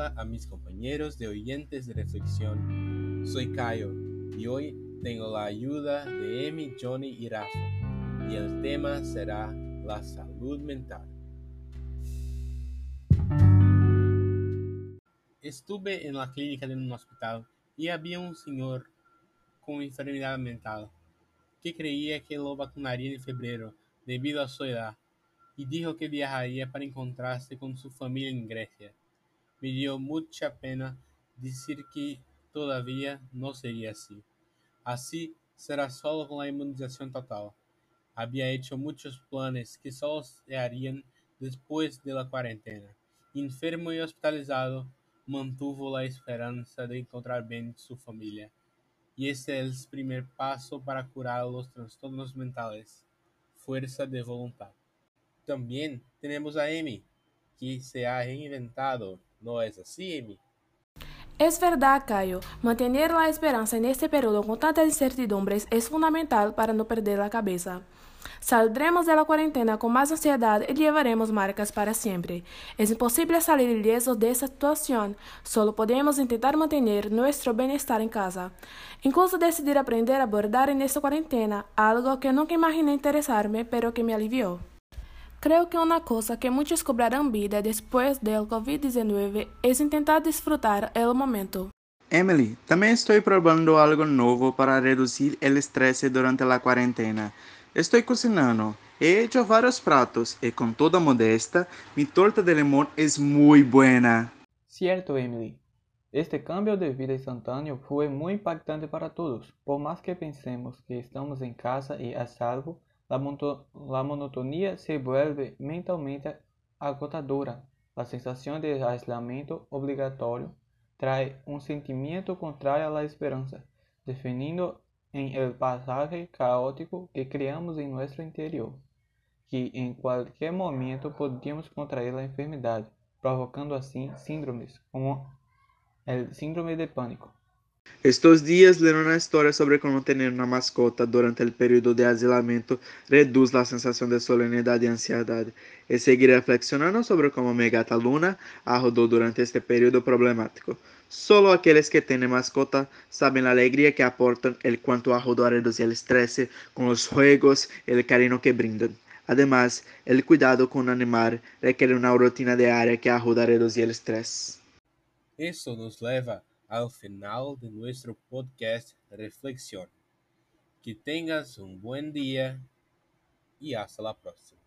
Hola a mis compañeros de oyentes de reflexión. Soy Cayo y hoy tengo la ayuda de Emi, Johnny y Rafa. Y el tema será la salud mental. Estuve en la clínica de un hospital y había un señor con enfermedad mental que creía que lo vacunarían en febrero debido a su edad y dijo que viajaría para encontrarse con su familia en Grecia. Me dio mucha pena decir que todavía no sería así. Así será solo con la inmunización total. Había hecho muchos planes que solo se harían después de la cuarentena. Enfermo y hospitalizado, mantuvo la esperanza de encontrar bien su familia. Y ese es el primer paso para curar los trastornos mentales. Fuerza de voluntad. También tenemos a Amy, que se ha reinventado. ¿No es así, Amy? Es verdad, Cayo. Mantener la esperanza en este periodo con tantas incertidumbres es fundamental para no perder la cabeza. Saldremos de la cuarentena con más ansiedad y llevaremos marcas para siempre. Es imposible salir ilesos de esta situación, solo podemos intentar mantener nuestro bienestar en casa. Incluso decidí aprender a bordar en esta cuarentena, algo que nunca imaginé interesarme, pero que me alivió. Creo que una cosa que muchos cobrarán vida después del COVID-19 es intentar disfrutar el momento. Emily, também estou probando algo novo para reduzir o estresse durante a quarentena. Estou cozinando. He hecho vários pratos e, com toda modesta, mi torta de limão é muito buena. Cierto, Emily. Este cambio de vida instantáneo fue muy impactante para todos. Por más que pensemos que estamos en casa y a salvo, la monotonía se vuelve mentalmente agotadora. La sensación de aislamiento obligatorio trae un sentimiento contrario a la esperanza, definiendo en el pasaje caótico que creamos en nuestro interior, que en cualquier momento podríamos contraer la enfermedad, provocando así síndromes como el síndrome de pánico. Estos dias lendo uma história sobre como ter uma mascota durante o período de aislamiento reduz a sensação de solenidade e ansiedade, e seguir reflexionando sobre como minha gata Luna ajudou durante este período problemático. Solo aqueles que têm mascota sabem a alegria que aportam e quanto ajudou a reduzir o estresse com os juegos e o carinho que brindam. Además, el cuidado con animar requiere una rutina diaria que ayuda a reducir el estrés. Eso nos lleva al final de nuestro podcast Reflexión. Que tengas un buen día y hasta la próxima.